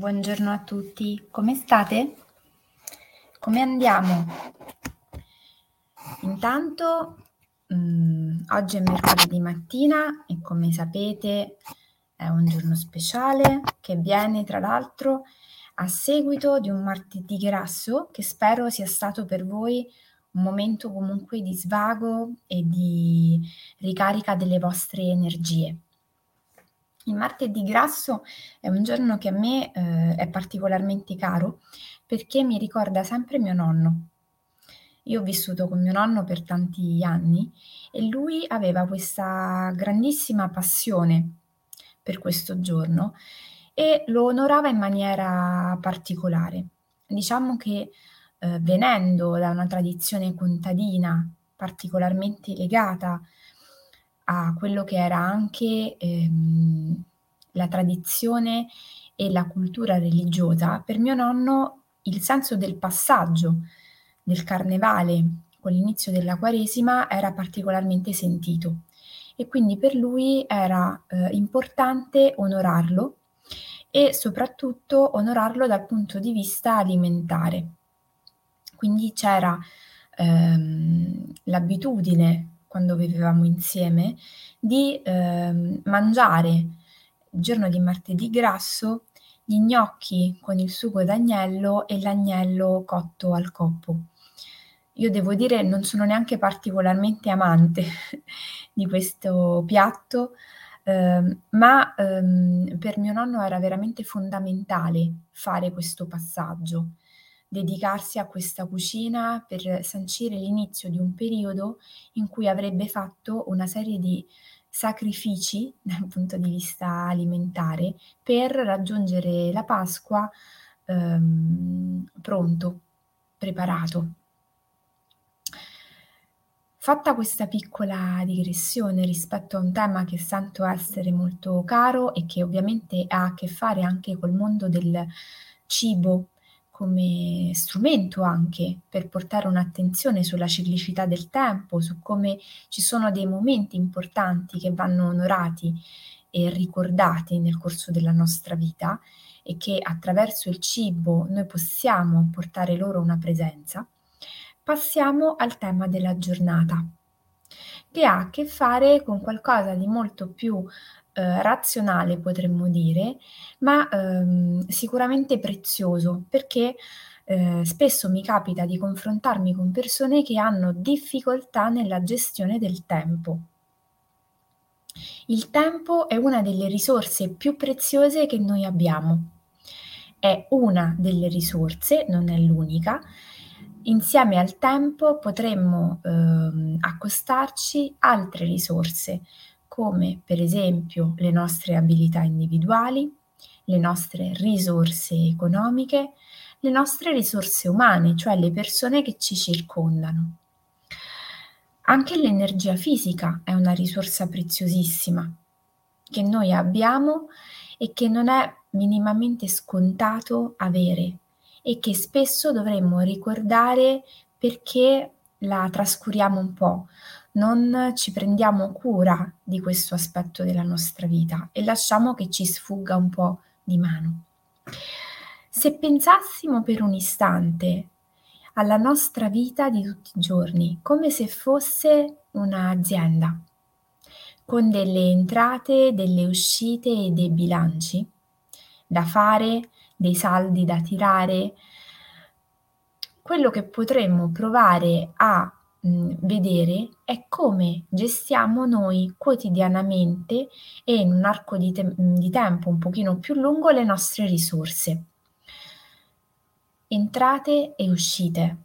Buongiorno a tutti, come state? Come andiamo? Intanto, oggi è mercoledì mattina e come sapete è un giorno speciale che viene tra l'altro a seguito di un martedì grasso che spero sia stato per voi un momento comunque di svago e di ricarica delle vostre energie. Il martedì grasso è un giorno che a me, è particolarmente caro perché mi ricorda sempre mio nonno. Io ho vissuto con mio nonno per tanti anni e lui aveva questa grandissima passione per questo giorno e lo onorava in maniera particolare. Diciamo che, venendo da una tradizione contadina particolarmente legata a quello che era anche, la tradizione e la cultura religiosa, per mio nonno il senso del passaggio del carnevale con l'inizio della Quaresima era particolarmente sentito e quindi per lui era, importante onorarlo e soprattutto onorarlo dal punto di vista alimentare. Quindi c'era, l'abitudine, quando vivevamo insieme, di, mangiare il giorno di martedì grasso gli gnocchi con il sugo d'agnello e l'agnello cotto al coppo. Io devo dire non sono neanche particolarmente amante di questo piatto, ma, per mio nonno era veramente fondamentale fare questo passaggio, dedicarsi a questa cucina per sancire l'inizio di un periodo in cui avrebbe fatto una serie di sacrifici dal punto di vista alimentare per raggiungere la Pasqua, pronto, preparato. Fatta questa piccola digressione rispetto a un tema che sento essere molto caro e che ovviamente ha a che fare anche col mondo del cibo come strumento anche per portare un'attenzione sulla ciclicità del tempo, su come ci sono dei momenti importanti che vanno onorati e ricordati nel corso della nostra vita e che attraverso il cibo noi possiamo portare loro una presenza. Passiamo al tema della giornata, che ha a che fare con qualcosa di molto più, razionale potremmo dire, ma, sicuramente prezioso, perché, spesso mi capita di confrontarmi con persone che hanno difficoltà nella gestione del tempo. Il tempo è una delle risorse più preziose che noi abbiamo. È una delle risorse, non è l'unica. Insieme al tempo potremmo, accostarci altre risorse, come per esempio le nostre abilità individuali, le nostre risorse economiche, le nostre risorse umane, cioè le persone che ci circondano. Anche l'energia fisica è una risorsa preziosissima che noi abbiamo e che non è minimamente scontato avere e che spesso dovremmo ricordare perché la trascuriamo un po', non ci prendiamo cura di questo aspetto della nostra vita e lasciamo che ci sfugga un po' di mano. Se pensassimo per un istante alla nostra vita di tutti i giorni, come se fosse un'azienda, con delle entrate, delle uscite e dei bilanci da fare, dei saldi da tirare, quello che potremmo provare a, vedere è come gestiamo noi quotidianamente e in un arco di tempo un pochino più lungo le nostre risorse. Entrate e uscite.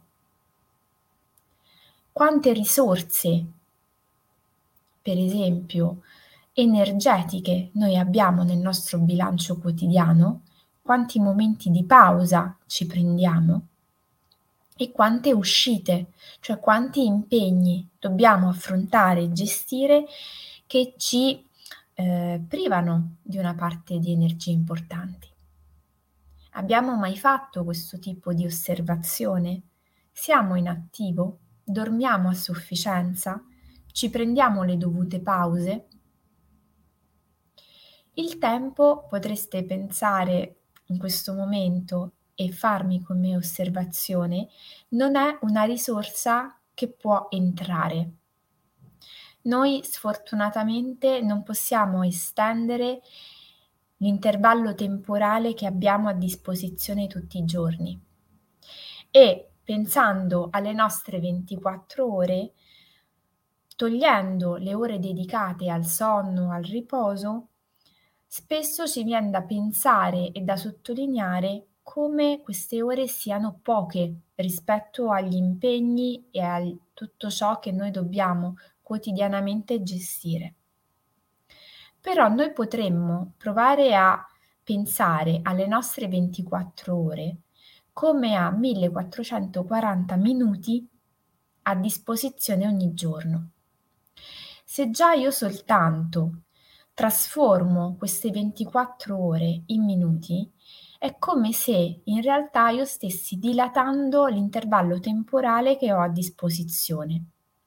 Quante risorse, per esempio energetiche, noi abbiamo nel nostro bilancio quotidiano, quanti momenti di pausa ci prendiamo e quante uscite, cioè quanti impegni dobbiamo affrontare e gestire che ci privano di una parte di energie importanti. Abbiamo mai fatto questo tipo di osservazione? Siamo in attivo? Dormiamo a sufficienza? Ci prendiamo le dovute pause? Il tempo potreste pensare in questo momento e farmi come osservazione, non è una risorsa che può entrare. Noi sfortunatamente non possiamo estendere l'intervallo temporale che abbiamo a disposizione tutti i giorni e pensando alle nostre 24 ore, togliendo le ore dedicate al sonno, al riposo, spesso ci vien da pensare e da sottolineare come queste ore siano poche rispetto agli impegni e a tutto ciò che noi dobbiamo quotidianamente gestire. Però noi potremmo provare a pensare alle nostre 24 ore come a 1440 minuti a disposizione ogni giorno. Se già io soltanto trasformo queste 24 ore in minuti, è come se in realtà io stessi dilatando l'intervallo temporale che ho a disposizione.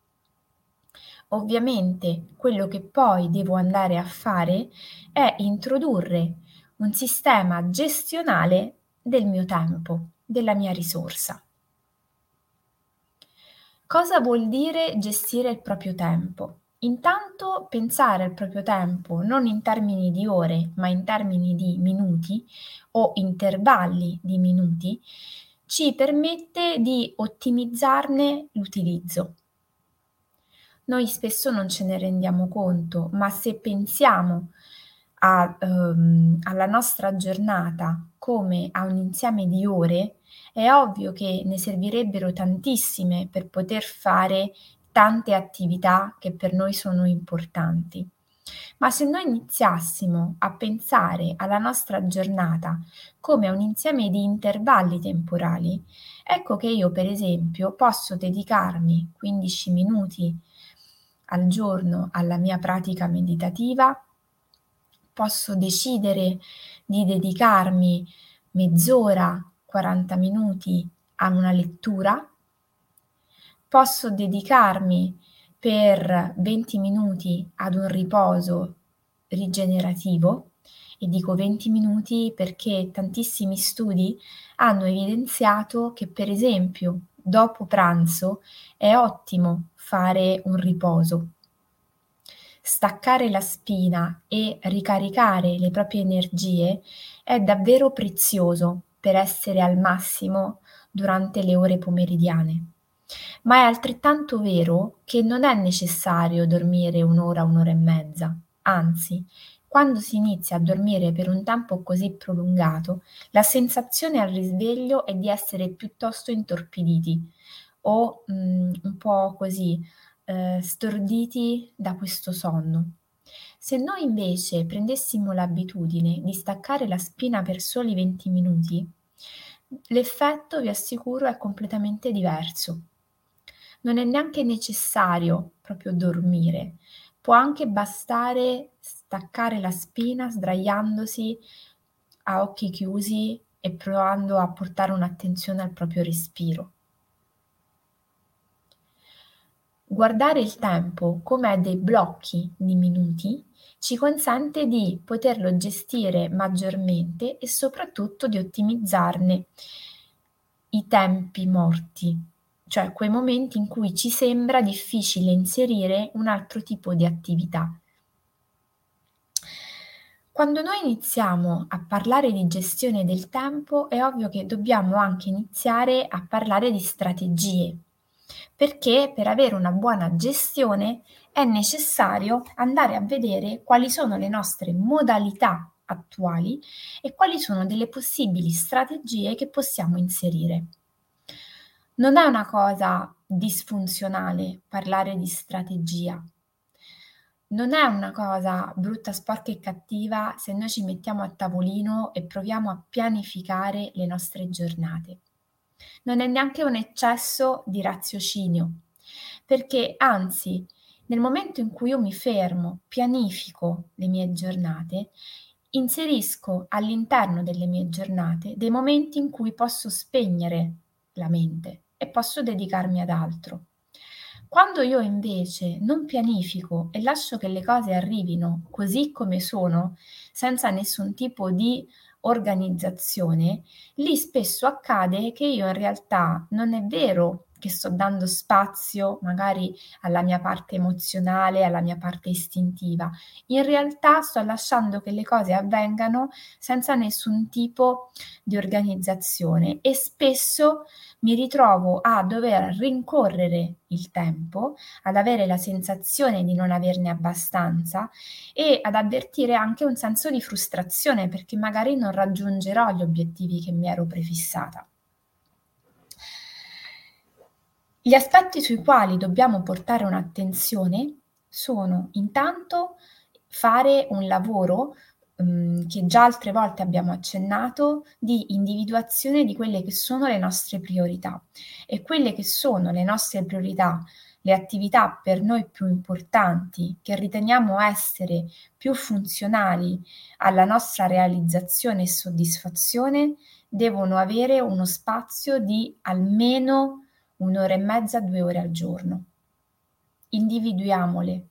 Ovviamente quello che poi devo andare a fare è introdurre un sistema gestionale del mio tempo, della mia risorsa. Cosa vuol dire gestire il proprio tempo? Intanto pensare al proprio tempo non in termini di ore, ma in termini di minuti o intervalli di minuti, ci permette di ottimizzarne l'utilizzo. Noi spesso non ce ne rendiamo conto, ma se pensiamo alla nostra giornata come a un insieme di ore, è ovvio che ne servirebbero tantissime per poter fare tante attività che per noi sono importanti. Ma se noi iniziassimo a pensare alla nostra giornata come a un insieme di intervalli temporali, ecco che io per esempio posso dedicarmi 15 minuti al giorno alla mia pratica meditativa, posso decidere di dedicarmi mezz'ora, 40 minuti a una lettura, posso dedicarmi per 20 minuti ad un riposo rigenerativo e dico 20 minuti perché tantissimi studi hanno evidenziato che per esempio dopo pranzo è ottimo fare un riposo. Staccare la spina e ricaricare le proprie energie è davvero prezioso per essere al massimo durante le ore pomeridiane. Ma è altrettanto vero che non è necessario dormire 1 ora, 1 ora e mezza. Anzi, quando si inizia a dormire per un tempo così prolungato, la sensazione al risveglio è di essere piuttosto intorpiditi o, un po' così, storditi da questo sonno. Se noi invece prendessimo l'abitudine di staccare la spina per soli 20 minuti, l'effetto, vi assicuro, è completamente diverso. Non è neanche necessario proprio dormire, può anche bastare staccare la spina sdraiandosi a occhi chiusi e provando a portare un'attenzione al proprio respiro. Guardare il tempo come a dei blocchi di minuti ci consente di poterlo gestire maggiormente e soprattutto di ottimizzarne i tempi morti, cioè quei momenti in cui ci sembra difficile inserire un altro tipo di attività. Quando noi iniziamo a parlare di gestione del tempo, è ovvio che dobbiamo anche iniziare a parlare di strategie, perché per avere una buona gestione è necessario andare a vedere quali sono le nostre modalità attuali e quali sono delle possibili strategie che possiamo inserire. Non è una cosa disfunzionale parlare di strategia. Non è una cosa brutta, sporca e cattiva se noi ci mettiamo a tavolino e proviamo a pianificare le nostre giornate. Non è neanche un eccesso di raziocinio, perché anzi, nel momento in cui io mi fermo, pianifico le mie giornate, inserisco all'interno delle mie giornate dei momenti in cui posso spegnere la mente e posso dedicarmi ad altro. Quando io invece non pianifico e lascio che le cose arrivino così come sono, senza nessun tipo di organizzazione, lì spesso accade che io in realtà non è vero che sto dando spazio magari alla mia parte emozionale, alla mia parte istintiva. In realtà sto lasciando che le cose avvengano senza nessun tipo di organizzazione e spesso mi ritrovo a dover rincorrere il tempo, ad avere la sensazione di non averne abbastanza e ad avvertire anche un senso di frustrazione perché magari non raggiungerò gli obiettivi che mi ero prefissata. Gli aspetti sui quali dobbiamo portare un'attenzione sono intanto fare un lavoro, che già altre volte abbiamo accennato, di individuazione di quelle che sono le nostre priorità. E quelle che sono le nostre priorità, le attività per noi più importanti, che riteniamo essere più funzionali alla nostra realizzazione e soddisfazione, devono avere uno spazio di almeno 1 ora e mezza, 2 ore al giorno. Individuiamole.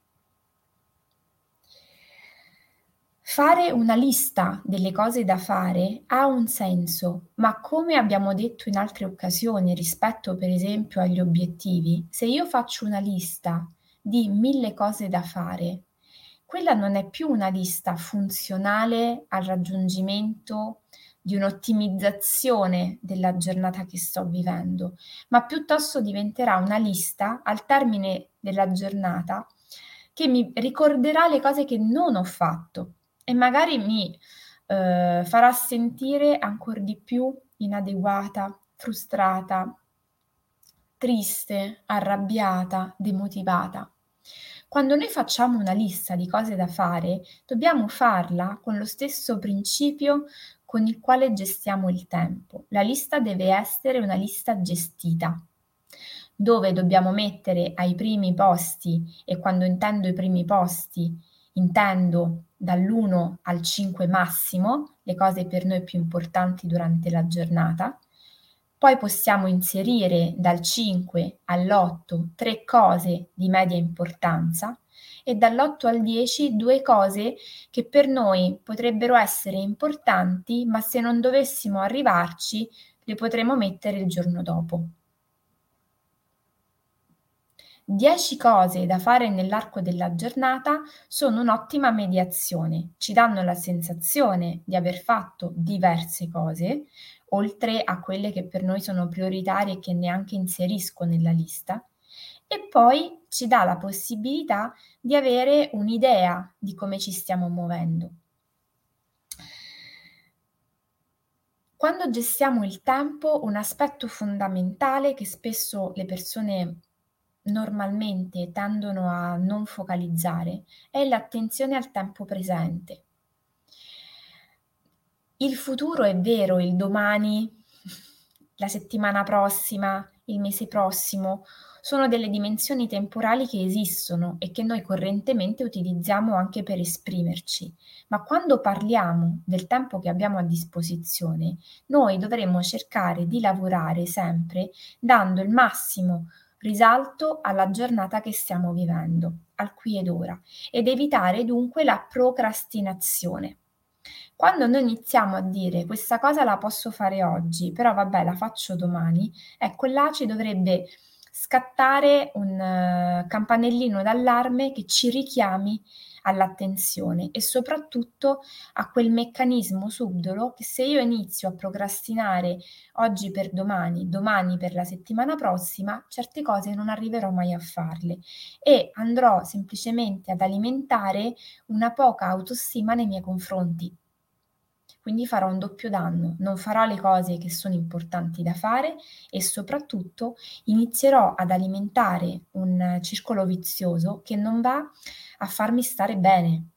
Fare una lista delle cose da fare ha un senso, ma come abbiamo detto in altre occasioni rispetto per esempio agli obiettivi, se io faccio una lista di 1000 cose da fare, quella non è più una lista funzionale al raggiungimento di un'ottimizzazione della giornata che sto vivendo, ma piuttosto diventerà una lista al termine della giornata che mi ricorderà le cose che non ho fatto e magari mi, farà sentire ancor di più inadeguata, frustrata, triste, arrabbiata, demotivata. Quando noi facciamo una lista di cose da fare, dobbiamo farla con lo stesso principio con il quale gestiamo il tempo. La lista deve essere una lista gestita, dove dobbiamo mettere ai primi posti, e quando intendo i primi posti, intendo dall'1 al 5 massimo, le cose per noi più importanti durante la giornata. Poi possiamo inserire dal 5 all'8 3 cose di media importanza e dall'8 al 10 2 cose che per noi potrebbero essere importanti, ma se non dovessimo arrivarci le potremo mettere il giorno dopo. 10 cose da fare nell'arco della giornata sono un'ottima mediazione, ci danno la sensazione di aver fatto diverse cose, oltre a quelle che per noi sono prioritarie e che neanche inserisco nella lista, e poi ci dà la possibilità di avere un'idea di come ci stiamo muovendo. Quando gestiamo il tempo, un aspetto fondamentale che spesso le persone normalmente tendono a non focalizzare è l'attenzione al tempo presente. Il futuro è vero, il domani, la settimana prossima, il mese prossimo, sono delle dimensioni temporali che esistono e che noi correntemente utilizziamo anche per esprimerci, ma quando parliamo del tempo che abbiamo a disposizione, noi dovremmo cercare di lavorare sempre dando il massimo risalto alla giornata che stiamo vivendo, al qui ed ora, ed evitare dunque la procrastinazione. Quando noi iniziamo a dire: "Questa cosa la posso fare oggi, però vabbè la faccio domani", ecco là ci dovrebbe scattare un campanellino d'allarme che ci richiami all'attenzione e soprattutto a quel meccanismo subdolo che se io inizio a procrastinare oggi per domani, domani per la settimana prossima, certe cose non arriverò mai a farle e andrò semplicemente ad alimentare una poca autostima nei miei confronti. Quindi farò un doppio danno, non farò le cose che sono importanti da fare e soprattutto inizierò ad alimentare un circolo vizioso che non va a farmi stare bene.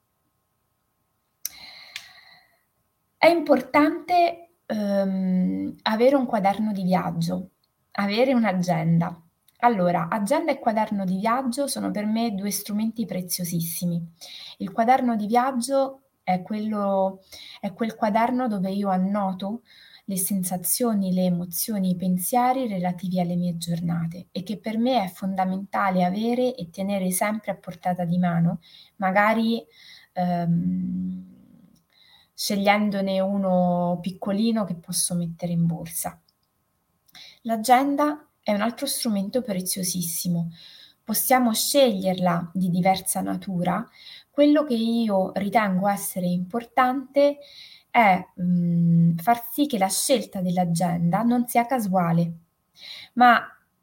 È importante, avere un quaderno di viaggio, avere un'agenda. Allora, agenda e quaderno di viaggio sono per me 2 strumenti preziosissimi. Il quaderno di viaggio è quel quaderno dove io annoto le sensazioni, le emozioni, i pensieri relativi alle mie giornate e che per me è fondamentale avere e tenere sempre a portata di mano, magari, ehm, scegliendone uno piccolino che posso mettere in borsa. L'agenda è un altro strumento preziosissimo. Possiamo sceglierla di diversa natura. Quello che io ritengo essere importante è far sì che la scelta dell'agenda non sia casuale, ma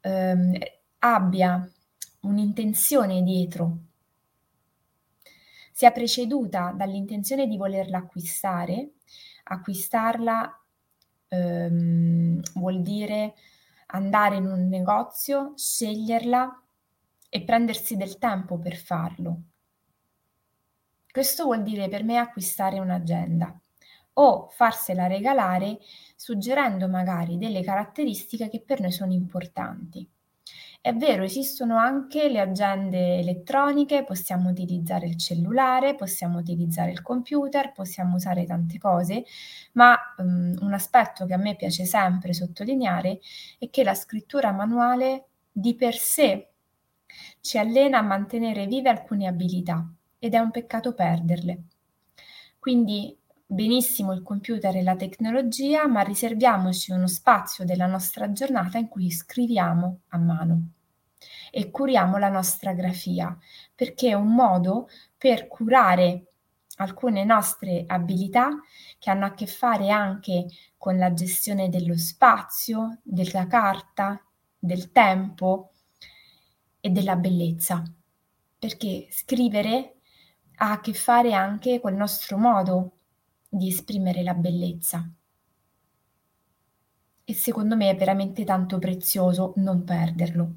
abbia un'intenzione dietro, sia preceduta dall'intenzione di volerla acquistare. Acquistarla vuol dire andare in un negozio, sceglierla e prendersi del tempo per farlo. Questo vuol dire per me acquistare un'agenda o farsela regalare suggerendo magari delle caratteristiche che per noi sono importanti. È vero, esistono anche le agende elettroniche, possiamo utilizzare il cellulare, possiamo utilizzare il computer, possiamo usare tante cose, ma un aspetto che a me piace sempre sottolineare è che la scrittura manuale di per sé ci allena a mantenere vive alcune abilità ed è un peccato perderle. Quindi benissimo il computer e la tecnologia, ma riserviamoci uno spazio della nostra giornata in cui scriviamo a mano e curiamo la nostra grafia, perché è un modo per curare alcune nostre abilità che hanno a che fare anche con la gestione dello spazio, della carta, del tempo e della bellezza, perché scrivere ha a che fare anche col nostro modo di esprimere la bellezza e secondo me è veramente tanto prezioso non perderlo.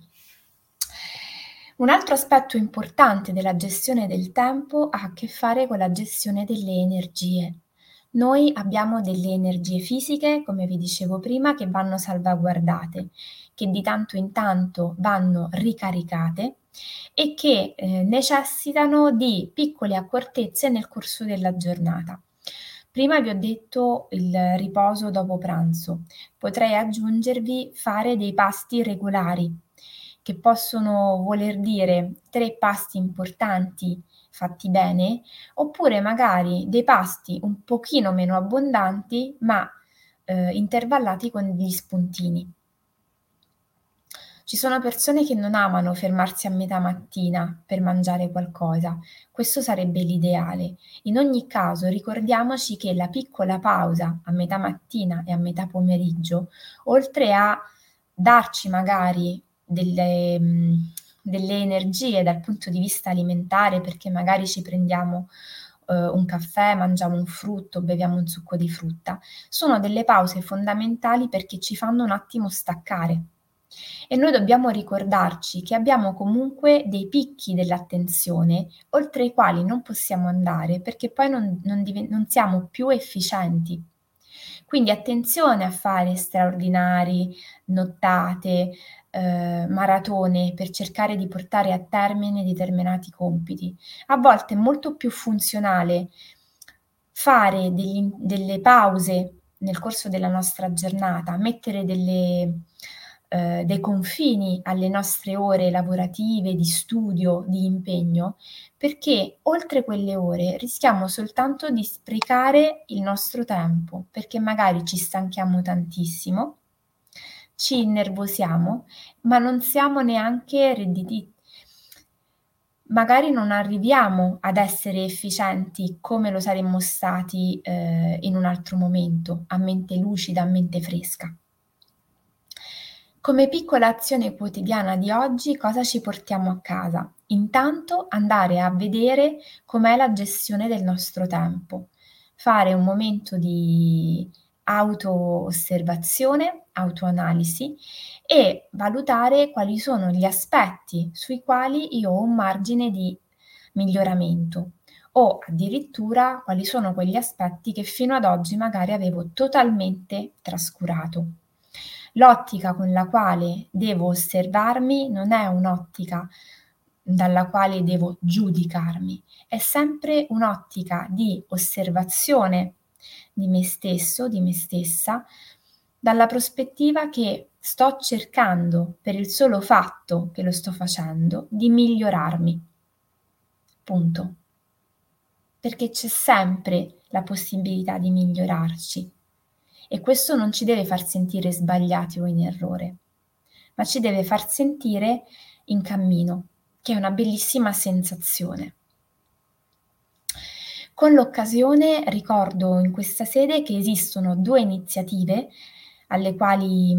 Un altro aspetto importante della gestione del tempo ha a che fare con la gestione delle energie. Noi abbiamo delle energie fisiche, come vi dicevo prima, che vanno salvaguardate, che di tanto in tanto vanno ricaricate e che necessitano di piccole accortezze nel corso della giornata. Prima vi ho detto il riposo dopo pranzo, potrei aggiungervi fare dei pasti regolari, che possono voler dire 3 pasti importanti fatti bene, oppure magari dei pasti un pochino meno abbondanti, ma intervallati con degli spuntini. Ci sono persone che non amano fermarsi a metà mattina per mangiare qualcosa, questo sarebbe l'ideale. In ogni caso ricordiamoci che la piccola pausa a metà mattina e a metà pomeriggio, oltre a darci magari delle energie dal punto di vista alimentare, perché magari ci prendiamo un caffè, mangiamo un frutto, beviamo un succo di frutta, sono delle pause fondamentali perché ci fanno un attimo staccare. E noi dobbiamo ricordarci che abbiamo comunque dei picchi dell'attenzione oltre i quali non possiamo andare perché poi non siamo più efficienti. Quindi attenzione a fare straordinari, nottate, maratone per cercare di portare a termine determinati compiti. A volte è molto più funzionale fare delle pause nel corso della nostra giornata, mettere dei confini alle nostre ore lavorative, di studio, di impegno, perché oltre quelle ore rischiamo soltanto di sprecare il nostro tempo, perché magari ci stanchiamo tantissimo, ci innervosiamo, ma non siamo neanche redditi. Magari non arriviamo ad essere efficienti come lo saremmo stati, in un altro momento, a mente lucida, a mente fresca. Come piccola azione quotidiana di oggi cosa ci portiamo a casa? Intanto andare a vedere com'è la gestione del nostro tempo, fare un momento di auto-osservazione, autoanalisi e valutare quali sono gli aspetti sui quali io ho un margine di miglioramento o addirittura quali sono quegli aspetti che fino ad oggi magari avevo totalmente trascurato. L'ottica con la quale devo osservarmi non è un'ottica dalla quale devo giudicarmi, è sempre un'ottica di osservazione di me stesso, di me stessa, dalla prospettiva che sto cercando, per il solo fatto che lo sto facendo, di migliorarmi. Punto. perché c'è sempre la possibilità di migliorarci e questo non ci deve far sentire sbagliati o in errore, ma ci deve far sentire in cammino, che è una bellissima sensazione. Con l'occasione ricordo in questa sede che esistono 2 iniziative alle quali,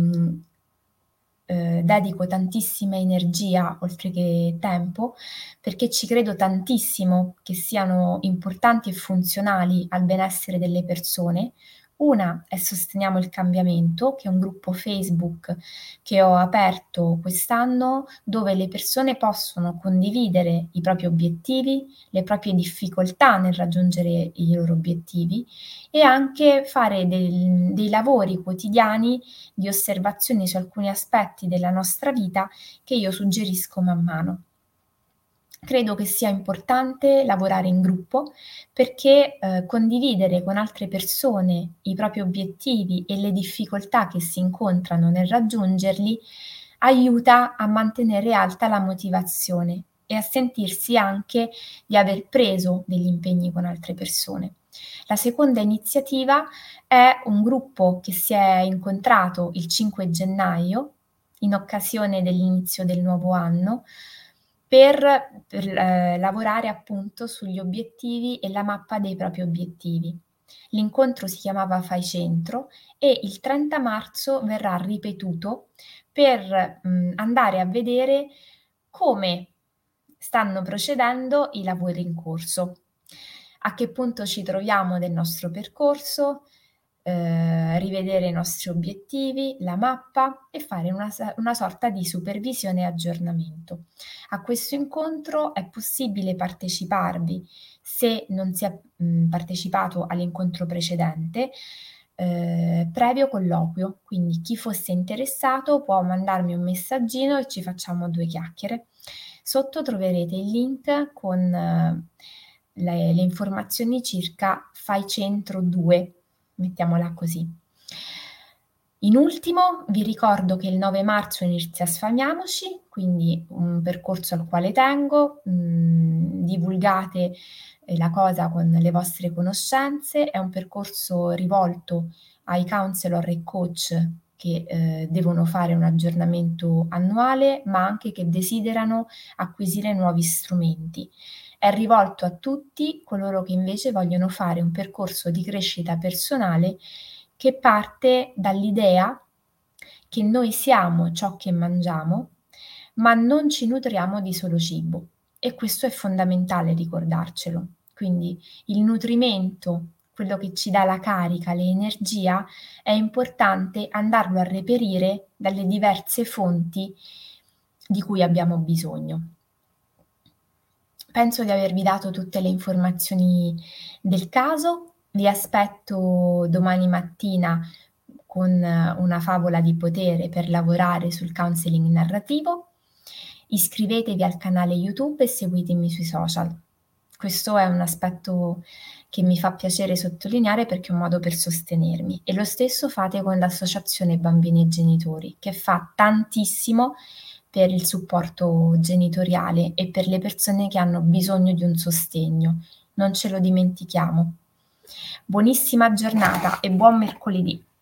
dedico tantissima energia oltre che tempo, perché ci credo tantissimo che siano importanti e funzionali al benessere delle persone. Una è Sosteniamo il cambiamento, che è un gruppo Facebook che ho aperto quest'anno, dove le persone possono condividere i propri obiettivi, le proprie difficoltà nel raggiungere i loro obiettivi e anche fare dei lavori quotidiani di osservazioni su alcuni aspetti della nostra vita che io suggerisco man mano. Credo che sia importante lavorare in gruppo perché, condividere con altre persone i propri obiettivi e le difficoltà che si incontrano nel raggiungerli, aiuta a mantenere alta la motivazione e a sentirsi anche di aver preso degli impegni con altre persone. La seconda iniziativa è un gruppo che si è incontrato il 5 gennaio, in occasione dell'inizio del nuovo anno, per lavorare appunto sugli obiettivi e la mappa dei propri obiettivi. L'incontro si chiamava Fai Centro e il 30 marzo verrà ripetuto per, andare a vedere come stanno procedendo i lavori in corso, a che punto ci troviamo del nostro percorso, rivedere i nostri obiettivi, la mappa e fare una sorta di supervisione e aggiornamento. A questo incontro è possibile parteciparvi se non si è, partecipato all'incontro precedente, previo colloquio, quindi chi fosse interessato può mandarmi un messaggino e ci facciamo 2 chiacchiere. Sotto troverete il link con le informazioni circa Fai Centro 2, mettiamola così. In ultimo vi ricordo che il 9 marzo inizia Sfamiamoci, quindi un percorso al quale tengo, divulgate la cosa con le vostre conoscenze, è un percorso rivolto ai counselor e coach che devono fare un aggiornamento annuale, ma anche che desiderano acquisire nuovi strumenti. È rivolto a tutti coloro che invece vogliono fare un percorso di crescita personale che parte dall'idea che noi siamo ciò che mangiamo, ma non ci nutriamo di solo cibo. E questo è fondamentale ricordarcelo. Quindi il nutrimento, quello che ci dà la carica, l'energia, è importante andarlo a reperire dalle diverse fonti di cui abbiamo bisogno. Penso di avervi dato tutte le informazioni del caso. Vi aspetto domani mattina con una favola di potere per lavorare sul counseling narrativo. Iscrivetevi al canale YouTube e seguitemi sui social. Questo è un aspetto che mi fa piacere sottolineare perché è un modo per sostenermi e lo stesso fate con l'associazione Bambini e Genitori che fa tantissimo per il supporto genitoriale e per le persone che hanno bisogno di un sostegno. Non ce lo dimentichiamo. Buonissima giornata e buon mercoledì.